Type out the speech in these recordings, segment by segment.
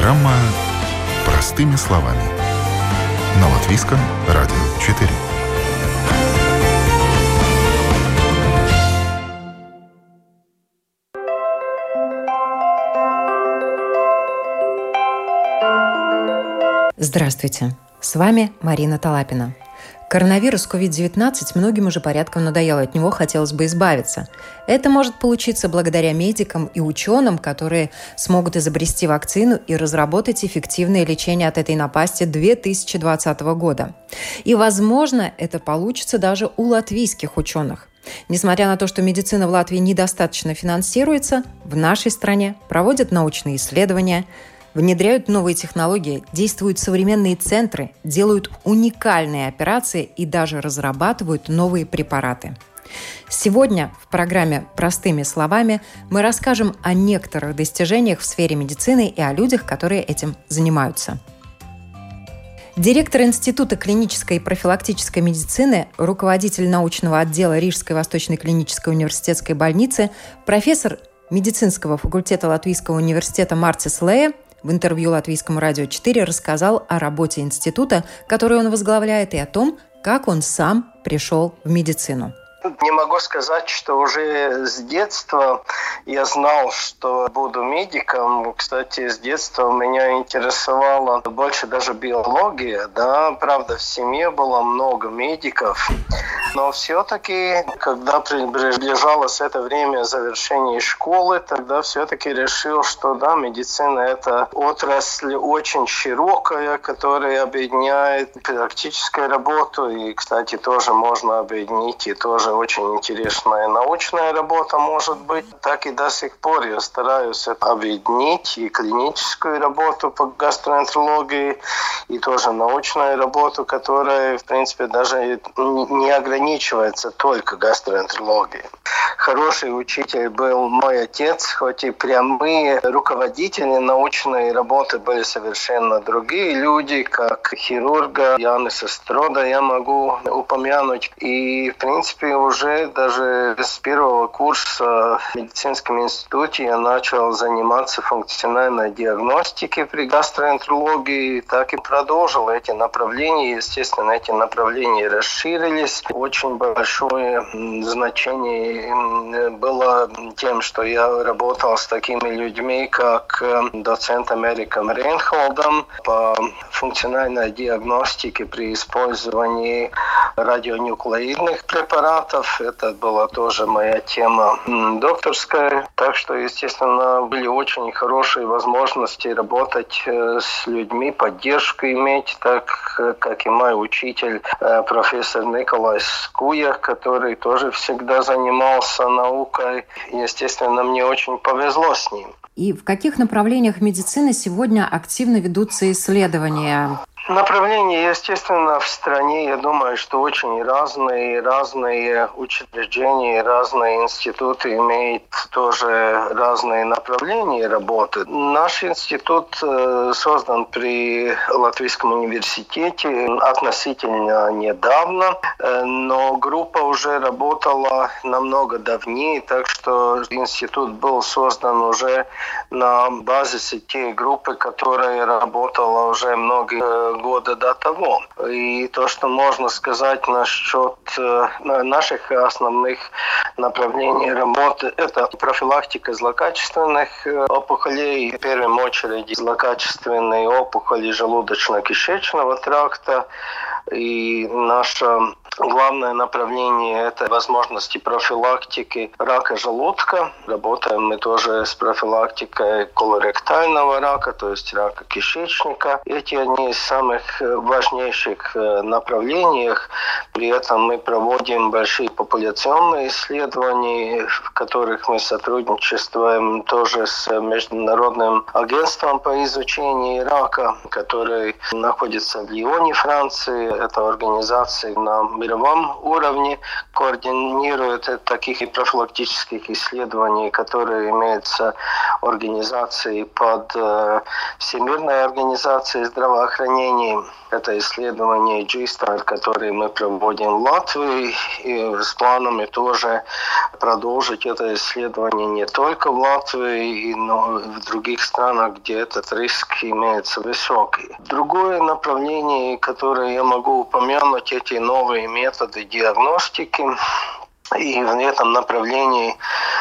Программа «Простыми словами» на Латвийском радио 4. Здравствуйте, с вами Марина Талапина. Коронавирус COVID-19 многим уже порядком надоел, от него хотелось бы избавиться. Это может получиться благодаря медикам и ученым, которые смогут изобрести вакцину и разработать эффективное лечение от этой напасти 2020 года. И, возможно, это получится даже у латвийских ученых. Несмотря на то, что медицина в Латвии недостаточно финансируется, в нашей стране проводят научные исследования, внедряют новые технологии, действуют современные центры, делают уникальные операции и даже разрабатывают новые препараты. Сегодня в программе «Простыми словами» мы расскажем о некоторых достижениях в сфере медицины и о людях, которые этим занимаются. Директор Института клинической и профилактической медицины, руководитель научного отдела Рижской Восточной клинической университетской больницы, профессор медицинского факультета Латвийского университета Марцис Лея в интервью Латвийскому радио 4 рассказал о работе института, который он возглавляет, и о том, как он сам пришел в медицину. Не могу сказать, что уже с детства я знал, что буду медиком. Кстати, с детства меня интересовала больше даже биология. Да, правда, в семье было много медиков. Но все-таки, когда приближалось это время завершения школы, тогда все-таки решил, что да, медицина – это отрасль очень широкая, которая объединяет практическую работу. И, кстати, тоже можно объединить и тоже очень интересная научная работа может быть. Так и до сих пор я стараюсь объединить и клиническую работу по гастроэнтерологии, и тоже научную работу, которая, в принципе, даже не ограничивается только гастроэнтерологией. Хороший учитель был мой отец, хоть и прямые руководители научной работы были совершенно другие люди, как хирурга Яниса Строда я могу упомянуть. И, в принципе, уже даже с первого курса в медицинском институте я начал заниматься функциональной диагностикой при гастроэнтерологии, так и продолжил эти направления. Естественно, эти направления расширились. Очень большое значение было тем, что я работал с такими людьми, как доцентом Эриком Рейнхолдом по функциональной диагностике при использовании радионуклеидных препаратов. Это была тоже моя тема докторская. Так что, естественно, были очень хорошие возможности работать с людьми, поддержку иметь, так как и мой учитель, профессор Николай Скуя, который тоже всегда занимался наукой. Естественно, мне очень повезло с ним. И в каких направлениях медицины сегодня активно ведутся исследования? Направления, естественно, в стране, я думаю, что очень разные учреждения, разные институты имеют тоже разные направления работы. Наш институт создан при Латвийском университете относительно недавно, но группа уже работала намного давнее, так что институт был создан уже на базисе той группы, которая работала уже много года до того. И то, что можно сказать насчет наших основных направлений работы, это профилактика злокачественных опухолей, в первую очередь злокачественные опухоли желудочно-кишечного тракта. И наше главное направление – это возможности профилактики рака желудка. Работаем мы тоже с профилактикой колоректального рака, то есть рака кишечника. Эти одни из самых важнейших направлений. При этом мы проводим большие популяционные исследования, в которых мы сотрудничаем тоже с Международным агентством по изучению рака, который находится в Лионе, Франции. Это организация на мировом уровне, координирует таких профилактических исследований, которые имеются организацией под Всемирной организацией здравоохранения. Это исследование G-STAR, которое мы проводим в Латвии, и с планами тоже продолжить это исследование не только в Латвии, но и в других странах, где этот риск имеется высокий. Другое направление, которое я могу упомянуть, эти новые методы диагностики. И в этом направлении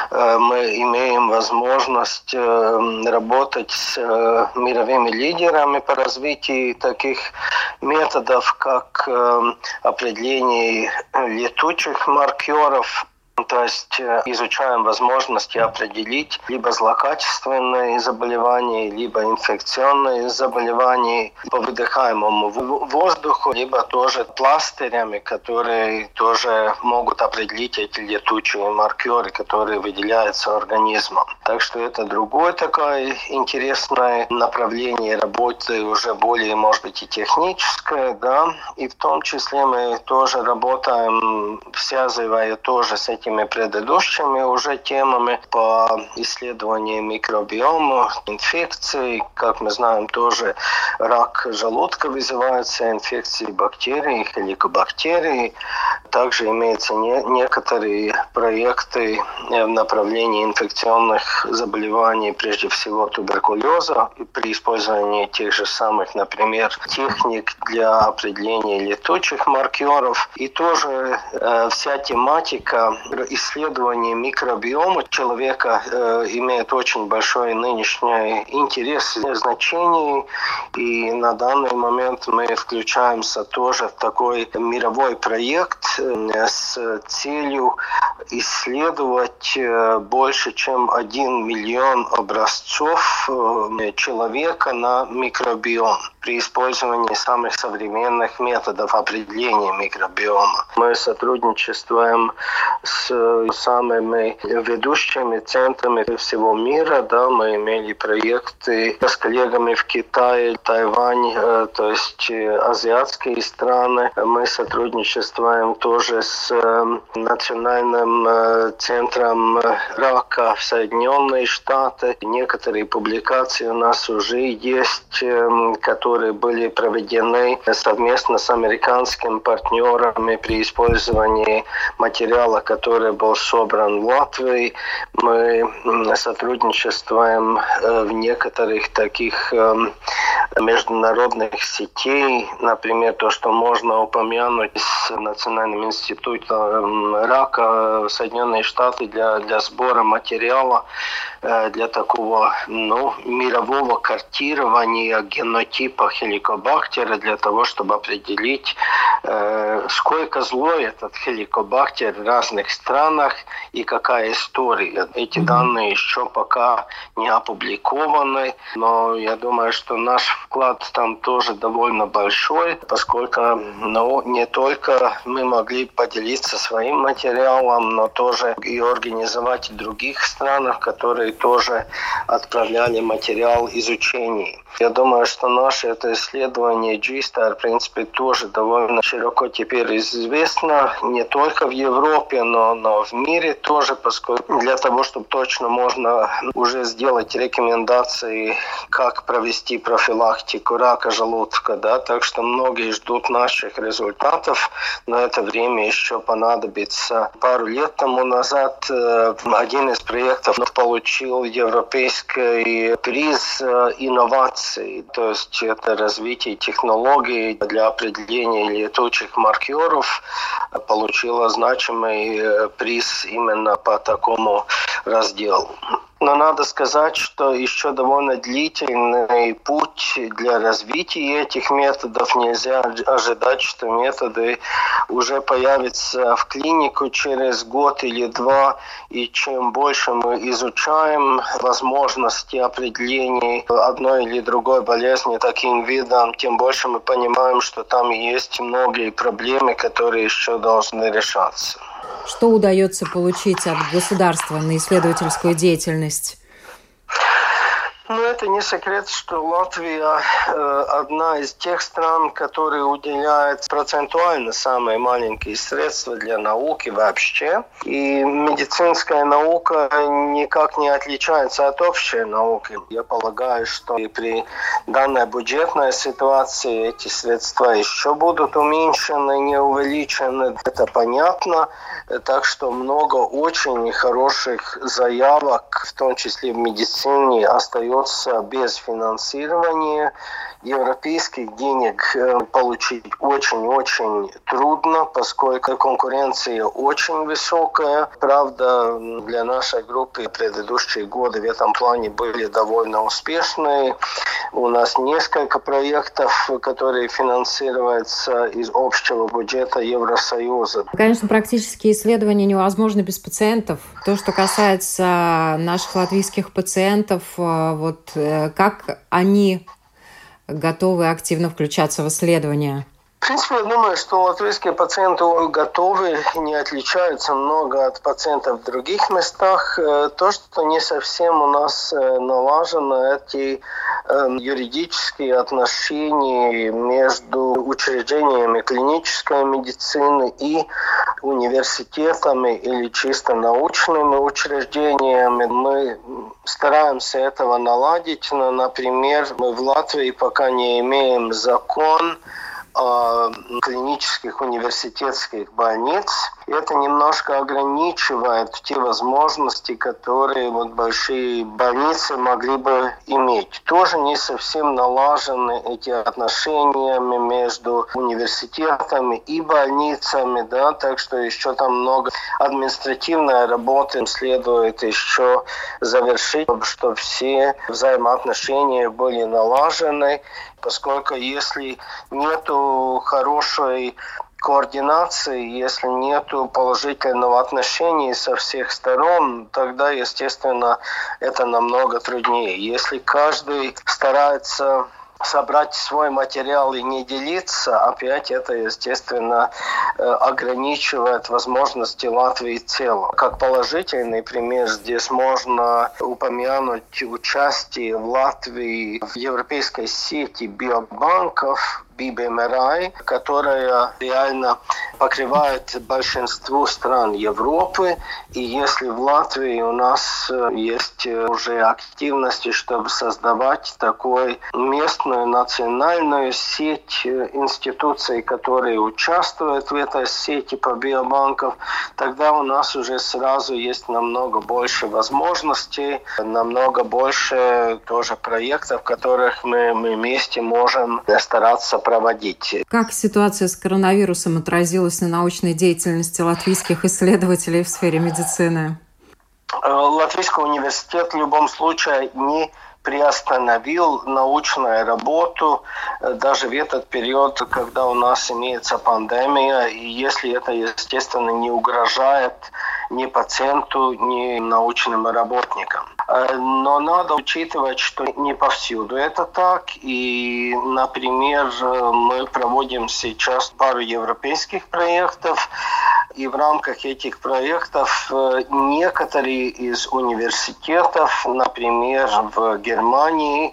мы имеем возможность работать с мировыми лидерами по развитию таких методов, как определение летучих маркеров. То есть изучаем возможности определить либо злокачественные заболевания, либо инфекционные заболевания по выдыхаемому воздуху, либо тоже пластырями, которые тоже могут определить эти летучие маркеры, которые выделяются организмом. Так что это другое такое интересное направление работы, уже более, может быть, и техническое, да. И в том числе мы тоже работаем, связывая тоже с этими предыдущими уже темами по исследованию микробиома, инфекций. Как мы знаем, тоже рак желудка вызывается инфекцией бактерий, хеликобактерий. Также имеются некоторые проекты в направлении инфекционных заболеваний, прежде всего туберкулеза, при использовании тех же самых, например, техник для определения летучих маркеров. И тоже вся тематика исследование микробиома человека имеет очень большой нынешний интерес и значение. И на данный момент мы включаемся тоже в такой мировой проект с целью исследовать больше, чем 1 миллион образцов человека на микробиом при использовании самых современных методов определения микробиома. Мы сотрудничаем с самыми ведущими центрами всего мира. Да, мы имели проекты с коллегами в Китае, Тайвань, то есть азиатские страны. Мы сотрудничаем тоже с Национальным центром рака в Соединенные Штаты. Некоторые публикации у нас уже есть, которые были проведены совместно с американскими партнерами при использовании материала, который был собран в Латвии. Мы сотрудничаем в некоторых таких международных сетей, например, то, что можно упомянуть с Национальным институтом рака Соединенные Штаты для сбора материала для такого мирового картирования генотипа хеликобактера, для того, чтобы определить, сколько злой этот хеликобактер в разных странах и какая история. Эти данные еще пока не опубликованы, но я думаю, что наш вклад там тоже довольно большой, поскольку не только мы могли поделиться своим материалом, но тоже и организовать в других странах, которые тоже отправляли материал изучения. Я думаю, что наше это исследование G-STAR, в принципе, тоже довольно широко теперь известно, не только в Европе, но в мире тоже, поскольку для того, чтобы точно можно уже сделать рекомендации, как провести профилактику рака желудка, да, так что многие ждут наших результатов, но это время еще понадобится. Пару лет тому назад один из проектов получил европейский приз инноваций, то есть это развитие технологий для определения летучих маркеров, получила значимый приз именно по такому разделу. Но надо сказать, что еще довольно длительный путь для развития этих методов. Нельзя ожидать, что методы уже появятся в клинику через год или два. И чем больше мы изучаем возможности определения одной или другой болезни таким видом, тем больше мы понимаем, что там есть многие проблемы, которые еще должны решаться. Что удается получить от государства на исследовательскую деятельность? Это не секрет, что Латвия одна из тех стран, которые уделяют процентуально самые маленькие средства для науки вообще. И медицинская наука никак не отличается от общей науки. Я полагаю, что и при данной бюджетной ситуации эти средства еще будут уменьшены, не увеличены. Это понятно. Так что много очень хороших заявок, в том числе в медицине, остается без финансирования. Европейских денег получить очень-очень трудно, поскольку конкуренция очень высокая. Правда, для нашей группы предыдущие годы в этом плане были довольно успешные. У нас несколько проектов, которые финансируются из общего бюджета Евросоюза. Конечно, практические исследования невозможны без пациентов. То, что касается наших латвийских пациентов, как они готовы активно включаться в исследования? В принципе, я думаю, что латвийские пациенты готовы, не отличаются много от пациентов в других местах. То, что не совсем у нас налажено, эти юридические отношения между учреждениями клинической медицины и университетами или чисто научными учреждениями. Мы стараемся этого наладить, но, например, мы в Латвии пока не имеем закон о клинических университетских больниц. Это немножко ограничивает те возможности, которые большие больницы могли бы иметь. Тоже не совсем налажены эти отношения между университетами и больницами, так что еще там много административной работы следует еще завершить, чтобы все взаимоотношения были налажены. Поскольку если нету хорошей координации, если нету положительного отношения со всех сторон, тогда, естественно, это намного труднее. Если каждый старается собрать свой материал и не делиться, опять это, естественно, ограничивает возможности Латвии в целом. Как положительный пример здесь можно упомянуть участие в Латвии в европейской сети биобанков, BBMRI, которая реально покрывает большинство стран Европы. И если в Латвии у нас есть уже активности, чтобы создавать такую местную национальную сеть институций, которые участвуют в этой сети по биобанкам, тогда у нас уже сразу есть намного больше возможностей, намного больше тоже проектов, которых мы вместе можем стараться проводить. Как ситуация с коронавирусом отразилась на научной деятельности латвийских исследователей в сфере медицины? Латвийский университет в любом случае не приостановил научную работу даже в этот период, когда у нас имеется пандемия, и если это, естественно, не угрожает ни пациенту, ни научным работникам. Но надо учитывать, что не повсюду это так. И, например, мы проводим сейчас пару европейских проектов, и в рамках этих проектов некоторые из университетов, например, в Германии,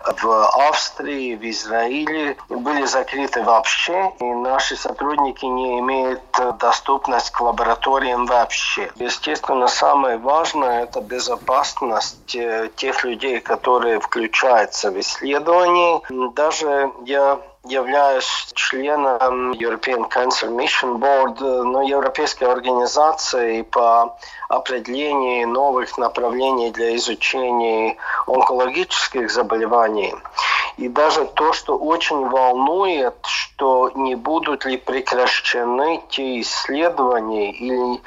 в Австрии, в Израиле, были закрыты вообще, и наши сотрудники не имеют доступность к лабораториям вообще. Естественно, самое важное – это безопасность тех людей, которые включаются в исследования. Даже я являюсь членом European Cancer Mission Board, европейской организации по определению новых направлений для изучения онкологических заболеваний. И даже то, что очень волнует, что не будут ли прекращены те исследования или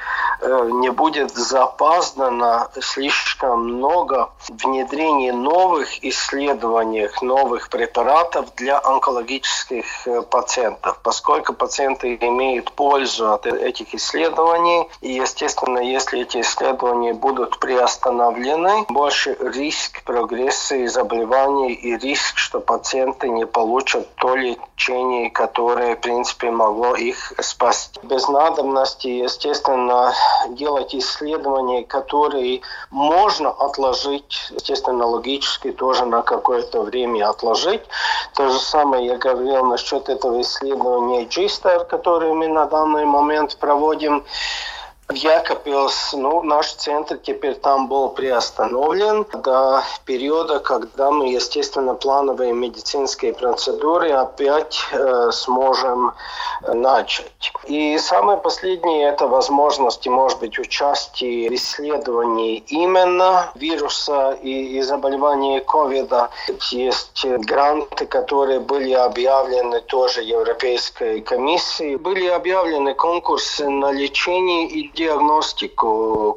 не будет запаздано слишком много внедрения новых исследований, новых препаратов для онкологических пациентов, поскольку пациенты имеют пользу от этих исследований. И, естественно, если эти исследования будут приостановлены, больше риск прогрессии заболеваний и риск, что пациенты не получат то лечение, которое, в принципе, могло их спасти. Без надобности, естественно, делать исследования, которые можно отложить, естественно, логически тоже на какое-то время отложить. То же самое я говорил насчет этого исследования G-Star, которое мы на данный момент проводим в Jēkabpils. Наш центр теперь там был приостановлен до периода, когда мы, естественно, плановые медицинские процедуры опять сможем начать. И самое последнее – это возможности, может быть, участия в исследовании именно вируса и заболевания ковида. Есть гранты, которые были объявлены тоже Европейской комиссией. Были объявлены конкурсы на лечение и диагностику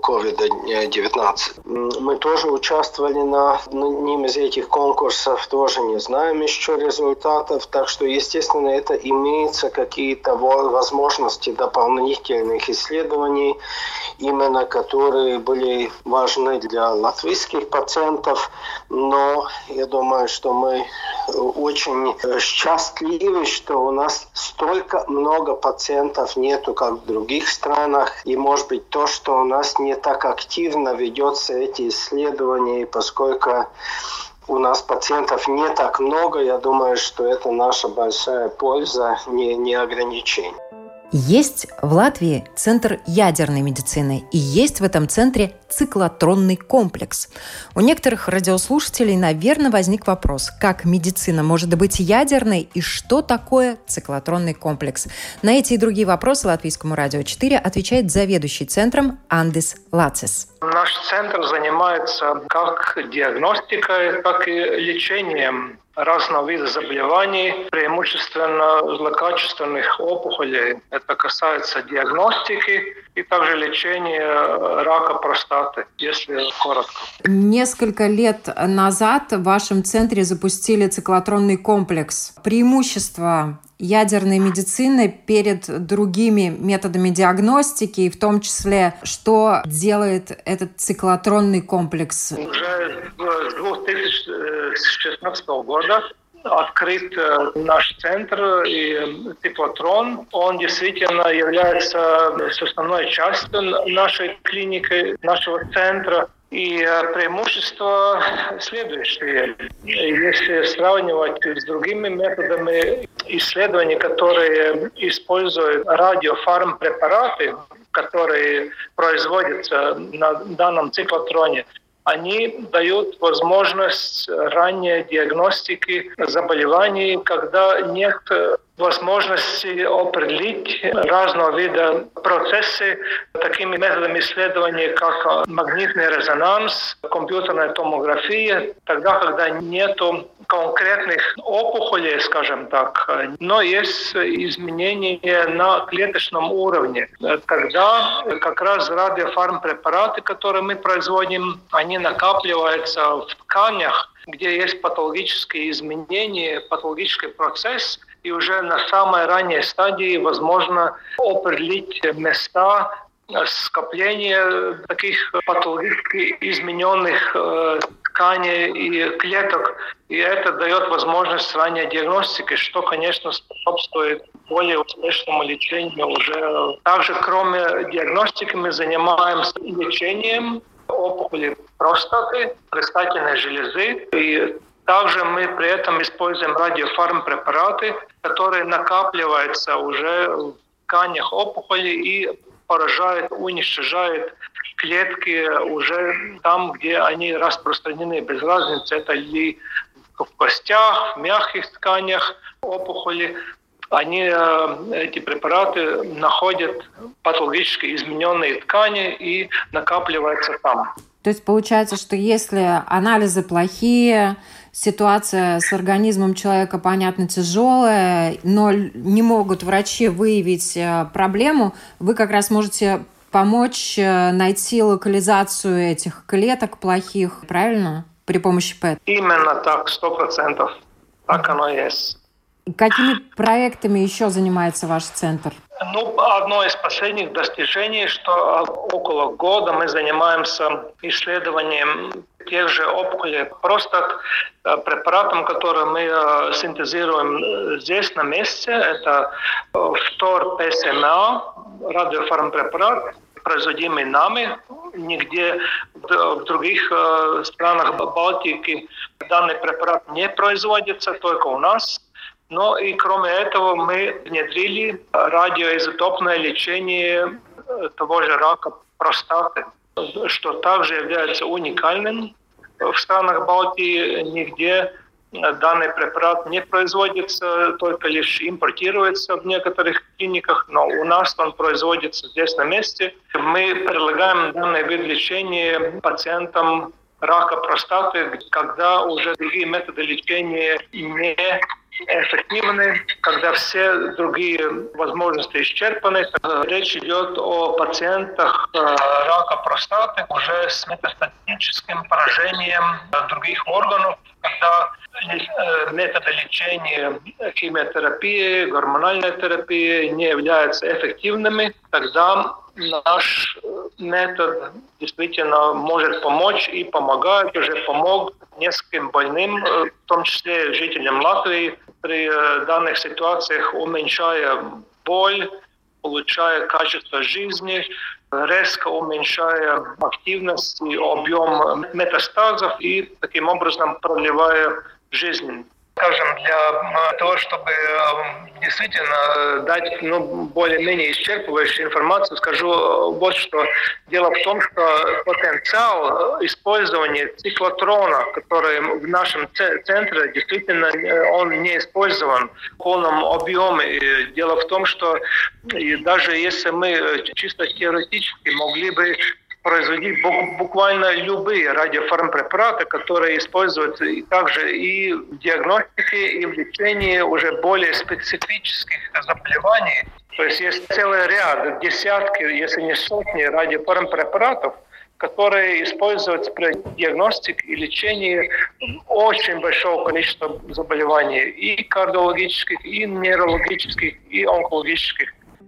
COVID-19. Мы тоже участвовали на одном из этих конкурсов, тоже не знаем еще результатов, так что, естественно, это имеется какие-то возможности дополнительных исследований, именно которые были важны для латвийских пациентов, но я думаю, что мы очень счастливы, что у нас столько много пациентов нету, как в других странах, и может быть то, что у нас не так активно ведется эти исследования, поскольку у нас пациентов не так много, я думаю, что это наша большая польза, не ограничение. Есть в Латвии центр ядерной медицины, и есть в этом центре циклотронный комплекс. У некоторых радиослушателей, наверное, возник вопрос, как медицина может быть ядерной и что такое циклотронный комплекс. На эти и другие вопросы Латвийскому радио 4 отвечает заведующий центром Андис Лацис. Наш центр занимается как диагностикой, так и лечением разного вида заболеваний, преимущественно злокачественных опухолей. Это касается диагностики и также лечения рака простаты, если коротко. Несколько лет назад в вашем центре запустили циклотронный комплекс. Преимущество ядерной медицины перед другими методами диагностики, и в том числе, что делает этот циклотронный комплекс? Уже с 2016 года открыт наш центр и циклотрон. Он действительно является основной частью нашей клиники, нашего центра. И преимущество следующее. Если сравнивать с другими методами исследований, которые используют радиофармпрепараты, которые производятся на данном циклотроне, они дают возможность ранней диагностики заболеваний, когда нет возможности определить разного вида процессы такими методами исследования, как магнитный резонанс, компьютерная томография, тогда, когда нету конкретных опухолей, скажем так, но есть изменения на клеточном уровне. Тогда как раз радиофармпрепараты, которые мы производим, они накапливаются в тканях, где есть патологические изменения, патологический процесс, и уже на самой ранней стадии возможно определить места скопления таких патологически измененных тканей и клеток. И это дает возможность ранней диагностики, что, конечно, способствует более успешному лечению уже. Также, кроме диагностики, мы занимаемся лечением опухолей простаты, предстательной железы. И также мы при этом используем радиофармпрепараты, которые накапливаются уже в тканях опухоли и поражают, уничтожают клетки уже там, где они распространены, без разницы, это ли в костях, в мягких тканях опухоли. Эти препараты находят патологически измененные ткани и накапливаются там. То есть получается, что если анализы плохие, ситуация с организмом человека, понятно, тяжелая, но не могут врачи выявить проблему, вы как раз можете помочь найти локализацию этих клеток плохих, правильно? При помощи ПЭТ. Именно так, 100%. Так оно и есть. Какими проектами еще занимается ваш центр? Одно из последних достижений, что около года мы занимаемся исследованием тех же опухолей простат препаратом, который мы синтезируем здесь на месте. Это ФТОР-ПСМА, радиофармпрепарат, производимый нами. Нигде в других странах Балтики данный препарат не производится, только у нас. Но и кроме этого мы внедрили радиоизотопное лечение того же рака простаты, что также является уникальным. В странах Балтии нигде данный препарат не производится, только лишь импортируется в некоторых клиниках, но у нас он производится здесь на месте. Мы предлагаем данный вид лечения пациентам рака простаты, когда уже другие методы лечения не эффективны, когда все другие возможности исчерпаны. Речь идет о пациентах рака простаты уже с метастатическим поражением других органов, когда методы лечения, химиотерапии, гормональной терапии не являются эффективными, тогда наш метод действительно может помочь и помогает, уже помог нескольким больным, в том числе жителям Латвии, при данных ситуациях уменьшая боль, улучшая качество жизни, резко уменьшая активность и объем метастазов и таким образом продлевая жизнь. Скажем, для того, чтобы действительно дать более-менее исчерпывающую информацию, скажу вот что. Дело в том, что потенциал использования циклотрона, который в нашем центре, действительно он не использован в полном объеме. И дело в том, что даже если мы чисто теоретически могли бы производить буквально любые радиофармпрепараты, которые используются также и в диагностике, и в лечении уже более специфических заболеваний. То есть есть целый ряд, десятки, если не сотни радиофармпрепаратов, которые используются при диагностике и лечении очень большого количества заболеваний, и кардиологических, и нейрологических, и онкологических.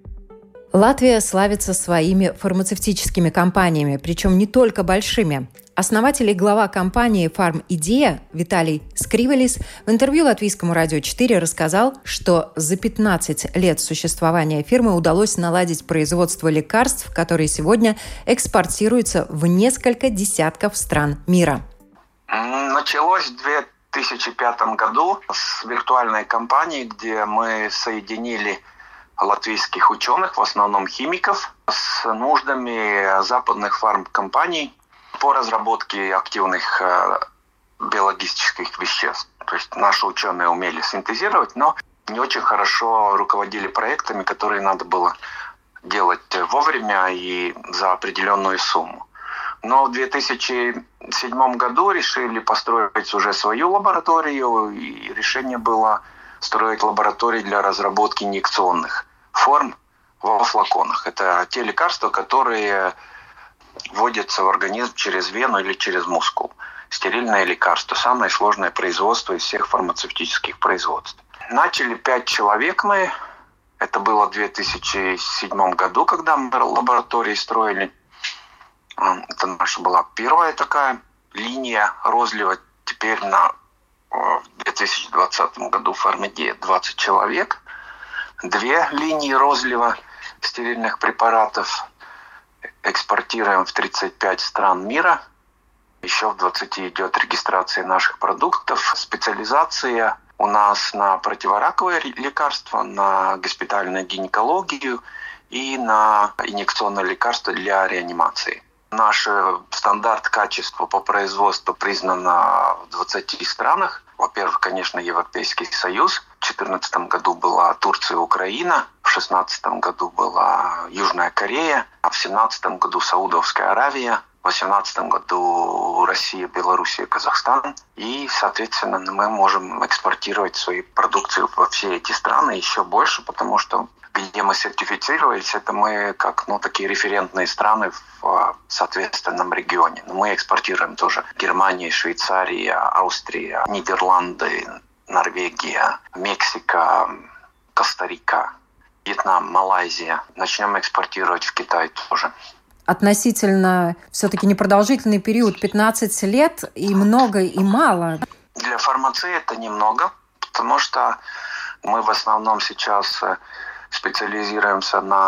Латвия славится своими фармацевтическими компаниями, причем не только большими. Основатель и глава компании «Фарм-Идея» Виталий Скривелис в интервью Латвийскому радио 4 рассказал, что за 15 лет существования фирмы удалось наладить производство лекарств, которые сегодня экспортируются в несколько десятков стран мира. Началось в 2005 году с виртуальной компании, где мы соединили латвийских ученых, в основном химиков, с нуждами западных фармкомпаний по разработке активных биологических веществ. То есть наши ученые умели синтезировать, но не очень хорошо руководили проектами, которые надо было делать вовремя и за определенную сумму. Но в 2007 году решили построить уже свою лабораторию, и решение было строить лаборатории для разработки инъекционных форм во флаконах. Это те лекарства, которые вводятся в организм через вену или через мускул. Стерильное лекарство. Самое сложное производство из всех фармацевтических производств. Начали 5 человек мы. Это было в 2007 году, когда мы лаборатории строили. Это наша была первая такая линия розлива. Теперь в 2020 году в «Фарм-Идея» 20 человек. 2 линии розлива стерильных препаратов. Экспортируем в 35 стран мира. Еще в 20 идет регистрация наших продуктов. Специализация у нас на противораковые лекарства, на госпитальную гинекологию и на инъекционные лекарства для реанимации. Наш стандарт качества по производству признан в 20 странах. Во-первых, конечно, Европейский Союз. В 2014 году была Турция и Украина. В 2016 году была Южная Корея. А в 2017 году Саудовская Аравия. В 2018 году Россия, Белоруссия, Казахстан. И, соответственно, мы можем экспортировать свою продукцию во все эти страны еще больше, потому что где мы сертифицировались, это мы как такие референтные страны в соответственном регионе. Но мы экспортируем тоже Германия, Швейцария, Австрия, Нидерланды, Норвегия, Мексика, Коста-Рика, Вьетнам, Малайзия. Начнем экспортировать в Китай тоже. Относительно все-таки непродолжительный период, 15 лет, и много, и мало. Для фармации это немного, потому что мы в основном сейчас специализируемся на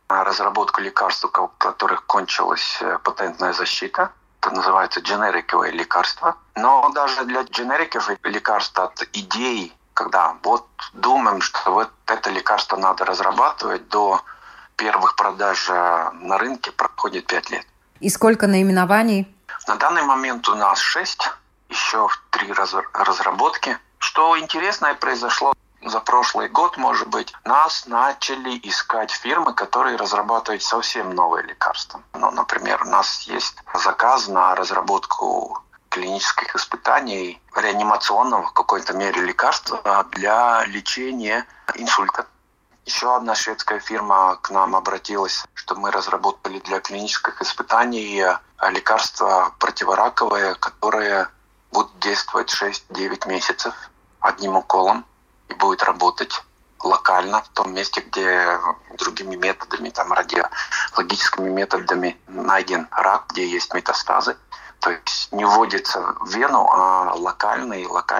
разработку лекарств, у которых кончилась патентная защита. Это называется дженериковые лекарства. Но даже для дженериков лекарств от идеи, когда вот думаем, что вот это лекарство надо разрабатывать, до первых продаж на рынке проходит 5 лет. И сколько наименований? На данный момент у нас 6, еще 3 разработки. Что интересное произошло за прошлый год, может быть, нас начали искать фирмы, которые разрабатывают совсем новые лекарства. Ну, например, у нас есть заказ на разработку клинических испытаний реанимационного в какой-то мере лекарства для лечения инсульта. Еще одна шведская фирма к нам обратилась, что мы разработали для клинических испытаний лекарства противораковые, которые будут действовать 6-9 месяцев одним уколом и будет работать локально в том месте, где другими методами, там, радиологическими методами найден рак, где есть метастазы. То есть не вводится в вену, а локально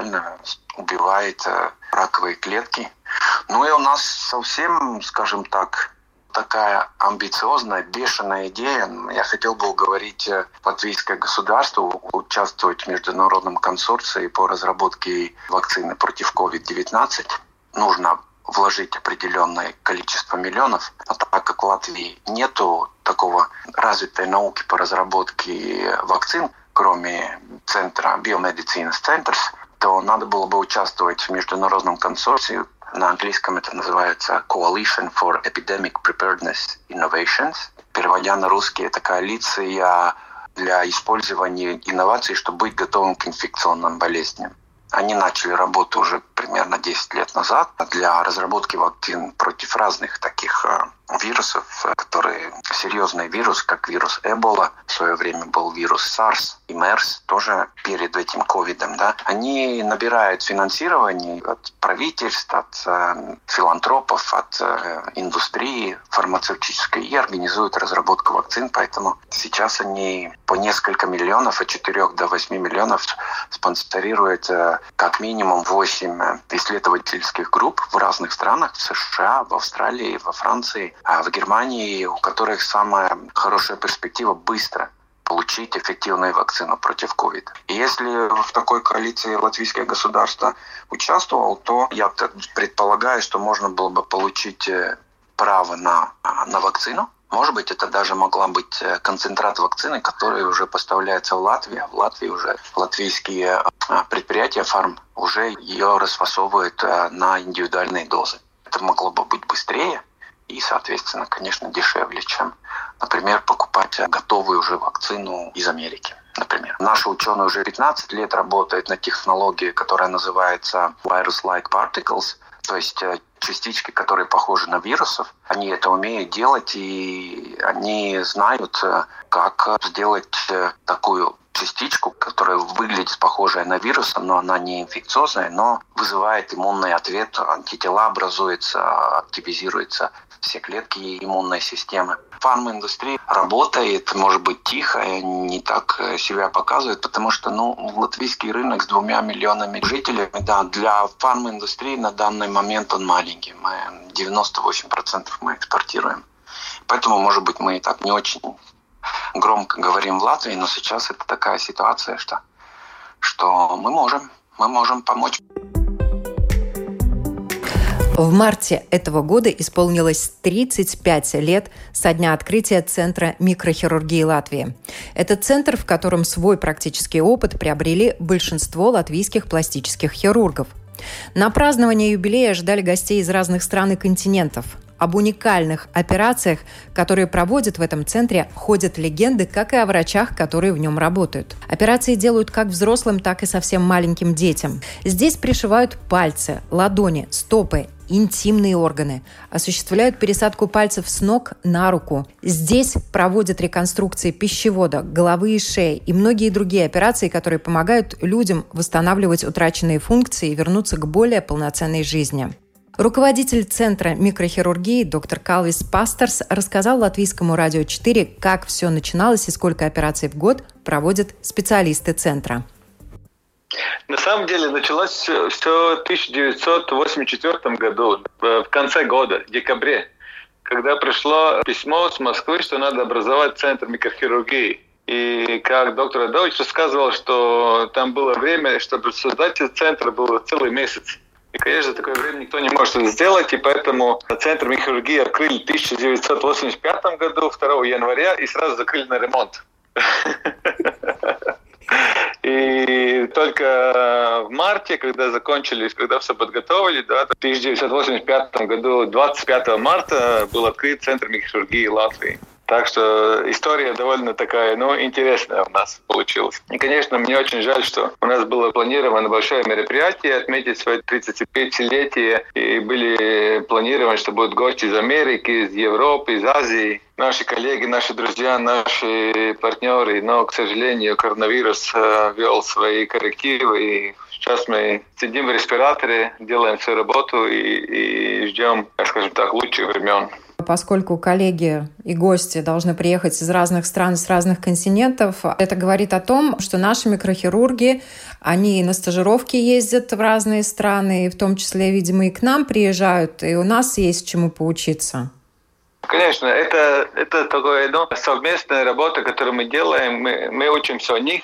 убивает раковые клетки. Ну и у нас совсем, скажем так, такая амбициозная, бешеная идея. Я хотел бы уговорить латвийское государство участвовать в международном консорции по разработке вакцины против COVID-19. Нужно вложить определенное количество миллионов. Но так как в Латвии нету такого развитой науки по разработке вакцин, кроме центра Biomedicines Centers, то надо было бы участвовать в международном консорции. На английском это называется Coalition for Epidemic Preparedness Innovations. Переводя на русский, это коалиция для использования инноваций, чтобы быть готовым к инфекционным болезням. Они начали работу уже примерно 10 лет назад для разработки вакцин против разных таких вирусов, которые серьезный вирус, как вирус Эбола, в свое время был вирус SARS и MERS, тоже перед этим ковидом. Да? Они набирают финансирование от правительств, от филантропов, от индустрии фармацевтической и организуют разработку вакцин, поэтому сейчас они по несколько миллионов, от 4 до 8 миллионов спонсорируют как минимум 8 исследовательских групп в разных странах, в США, в Австралии, во Франции, а в Германии, у которых самая хорошая перспектива быстро получить эффективную вакцину против ковида. И если в такой коалиции латвийское государство участвовало, то я предполагаю, что можно было бы получить право на вакцину. Может быть, это даже могла быть концентрат вакцины, который уже поставляется в Латвию, а в Латвии уже латвийские предприятия фарм уже ее расфасовывают на индивидуальные дозы. Это могло бы быть быстрее и, соответственно, конечно, дешевле, чем, например, покупать готовую уже вакцину из Америки. Например, наши ученые уже 15 лет работают на технологии, которая называется virus-like particles, то есть частички, которые похожи на вирусов. Они это умеют делать, и они знают, как сделать такую частичку, которая выглядит похожей на вирус, но она не инфекциозная, но вызывает иммунный ответ, антитела образуются, активизируются все клетки иммунной системы. Фарминдустрия работает, может быть, тихо, не так себя показывает, потому что латвийский рынок с 2 миллионами жителей, да, для фарминдустрии на данный момент он маленький. 98% мы экспортируем. Поэтому, может быть, мы и так не очень громко говорим в Латвии, но сейчас это такая ситуация, что мы можем помочь. В марте этого года исполнилось 35 лет со дня открытия Центра микрохирургии Латвии. Это центр, в котором свой практический опыт приобрели большинство латвийских пластических хирургов. На празднование юбилея ждали гостей из разных стран и континентов. Об уникальных операциях, которые проводят в этом центре, ходят легенды, как и о врачах, которые в нем работают. Операции делают как взрослым, так и совсем маленьким детям. Здесь пришивают пальцы, ладони, стопы, интимные органы, осуществляют пересадку пальцев с ног на руку. Здесь проводят реконструкции пищевода, головы и шеи и многие другие операции, которые помогают людям восстанавливать утраченные функции и вернуться к более полноценной жизни. Руководитель Центра микрохирургии доктор Калвис Пастерс рассказал Латвийскому радио 4, как все начиналось и сколько операций в год проводят специалисты Центра. На самом деле началось все в 1984 году, в конце года, в декабре. когда пришло письмо с Москвы, что надо образовать центр микрохирургии. И как доктор Адович рассказывал, что там было время, чтобы создать этот центр, был целый месяц. И, конечно, такое время никто не может это сделать, и поэтому центр микрохирургии открыли в 1985 году, 2 января, и сразу закрыли на ремонт. И только в марте, когда закончились, когда все подготовили, да, в 1985 году, 25 марта, был открыт Центр микрохирургии Латвии. Так что история довольно такая, интересная у нас получилась. И, конечно, мне очень жаль, что у нас было планировано большое мероприятие, отметить свое 35-летие, и были планированы, что будут гости из Америки, из Европы, из Азии, наши коллеги, наши друзья, наши партнеры. Но, к сожалению, коронавирус ввел свои коррективы, и сейчас мы сидим в респираторе, делаем свою работу и ждем, скажем так, лучших времен. Поскольку коллеги и гости должны приехать из разных стран, с разных континентов, это говорит о том, что наши микрохирурги, они на стажировки ездят в разные страны, и в том числе, видимо, и к нам приезжают, и у нас есть чему поучиться. Конечно, это такая совместная работа, которую мы делаем. Мы учимся у них,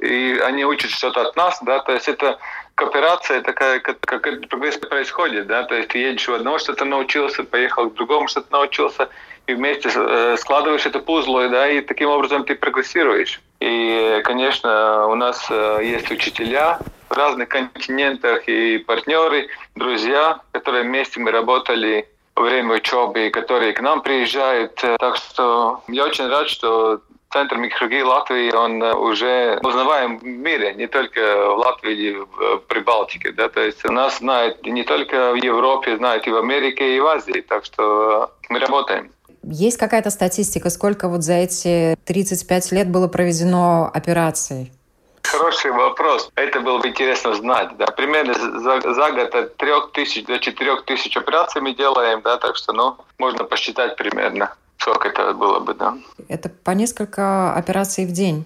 и они учат что-то от нас, да, то есть это кооперация такая, как этот прогресс происходит, да, то есть ты едешь в одного что-то научился, поехал к другому что-то научился, и вместе складываешь это пузло, да, и таким образом ты прогрессируешь. И, конечно, у нас есть учителя в разных континентах и партнеры, друзья, которые вместе мы работали во время учебы, которые к нам приезжают. Так что я очень рад, что Центр микрохирургии Латвии, он уже узнаваем в мире, не только в Латвии или в Прибалтике. Да? То есть нас знают не только в Европе, знают и в Америке, и в Азии. Так что мы работаем. Есть какая-то статистика, сколько вот за эти 35 лет было проведено операций? Хороший вопрос. Это было бы интересно знать. Да. Примерно за год от 3000 до 4000 операций мы делаем, да, так что можно посчитать примерно, сколько это было бы, да. Это по несколько операций в день?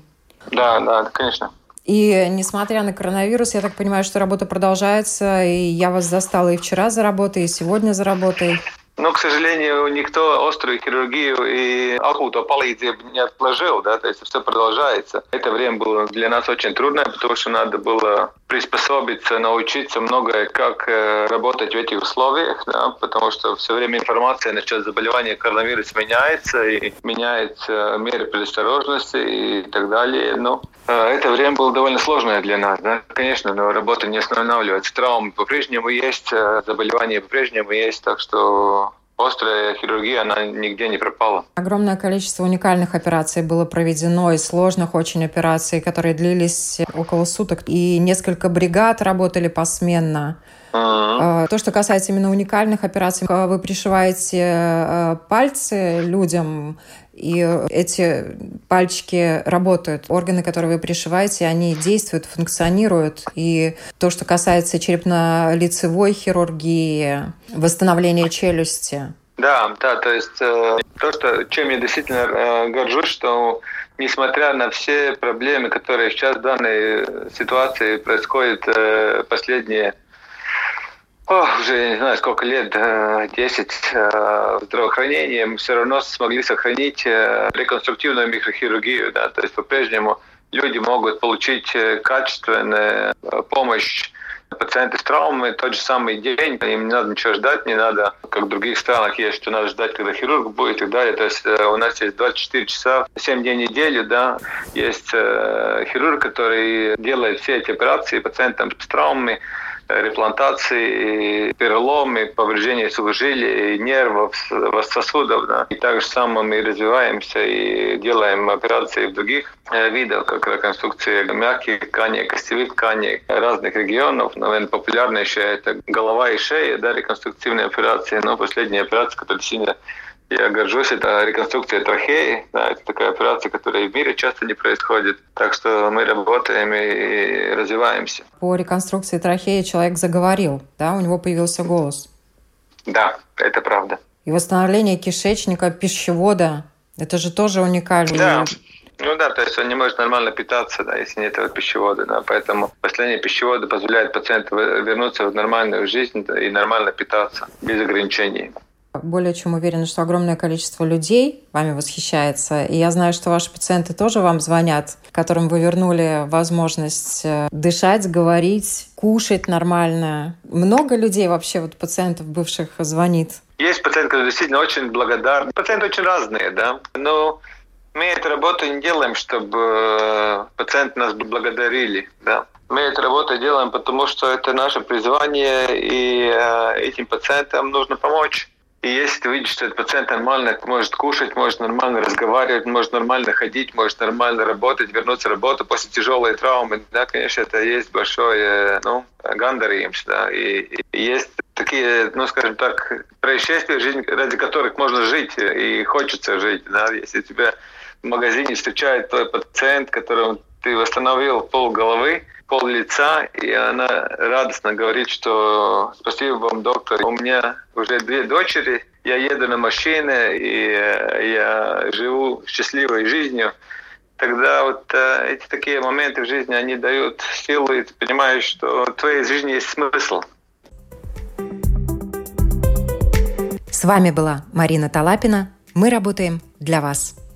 Да, конечно. И несмотря на коронавирус, я так понимаю, что работа продолжается, и я вас застала и вчера за работой, и сегодня за работой. Но, к сожалению, никто острую хирургию и акуту palīdzību не отложил, да, то есть все продолжается. Это время было для нас очень трудное, потому что надо было приспособиться, научиться многое, как работать в этих условиях, да, потому что все время информация насчет заболевания коронавирусом меняется, и меняются меры предосторожности и так далее. Но это время было довольно сложное для нас, да. Конечно, но работа не останавливается. Травмы по-прежнему есть, заболевания по-прежнему есть, так что острая хирургия, она нигде не пропала. Огромное количество уникальных операций было проведено, и сложных очень операций, которые длились около суток, и несколько бригад работали посменно. То, что касается именно уникальных операций, вы пришиваете пальцы людям, и эти пальчики работают. Органы, которые вы пришиваете, они действуют, функционируют. И то, что касается черепно-лицевой хирургии, восстановления челюсти. Да, то есть чем я действительно горжусь, что несмотря на все проблемы, которые сейчас в данной ситуации происходят последние уже не знаю сколько лет, 10 здравоохранения, мы все равно смогли сохранить реконструктивную микрохирургию. Да? То есть по-прежнему люди могут получить качественную помощь пациенты с травмой тот же самый день, им не надо ничего ждать, не надо, как в других странах есть, что надо ждать, когда хирург будет и так далее. То есть у нас есть 24 часа, 7 дней в неделю, да, есть хирург, который делает все эти операции пациентам с травмой, реплантации, переломы, повреждения сухожилий, нервов, сосудов. Да. И так же самое мы развиваемся и делаем операции в других видах, как реконструкция мягких тканей, костевых тканей разных регионов. Наверное, популярная еще это голова и шея, да, реконструктивные операции. Но последняя операция, которая сильно я горжусь, это реконструкция трахеи. Да, это такая операция, которая в мире часто не происходит. Так что мы работаем и развиваемся. По реконструкции трахеи человек заговорил, да? У него появился голос. Да, это правда. И восстановление кишечника, пищевода, это же тоже уникально. Да. То есть он не может нормально питаться, да, если нет этого пищевода. Да. Поэтому последние пищеводы позволяют пациенту вернуться в нормальную жизнь и нормально питаться, без ограничений. Более чем уверена, что огромное количество людей вами восхищается. И я знаю, что ваши пациенты тоже вам звонят, которым вы вернули возможность дышать, говорить, кушать нормально. Много людей вообще, пациентов бывших, звонит? Есть пациенты, которые действительно очень благодарны. Пациенты очень разные, да. Но мы эту работу не делаем, чтобы пациенты нас благодарили, да. Мы эту работу делаем, потому что это наше призвание, и этим пациентам нужно помочь. И если ты видишь, что этот пациент нормально может кушать, может нормально разговаривать, может нормально ходить, может нормально работать, вернуться на работу после тяжелой травмы, да, конечно, это есть большое, гандарījums, да, и есть такие, скажем так, происшествия в жизни, ради которых можно жить и хочется жить, да, если тебя в магазине встречает твой пациент, которому ты восстановил полголовы, пол лица, и она радостно говорит, что спасибо вам, доктор, у меня уже 2 дочери, я еду на машине, и я живу счастливой жизнью. Тогда эти такие моменты в жизни, они дают силу, и ты понимаешь, что в твоей жизни есть смысл. С вами была Марина Талапина. Мы работаем для вас.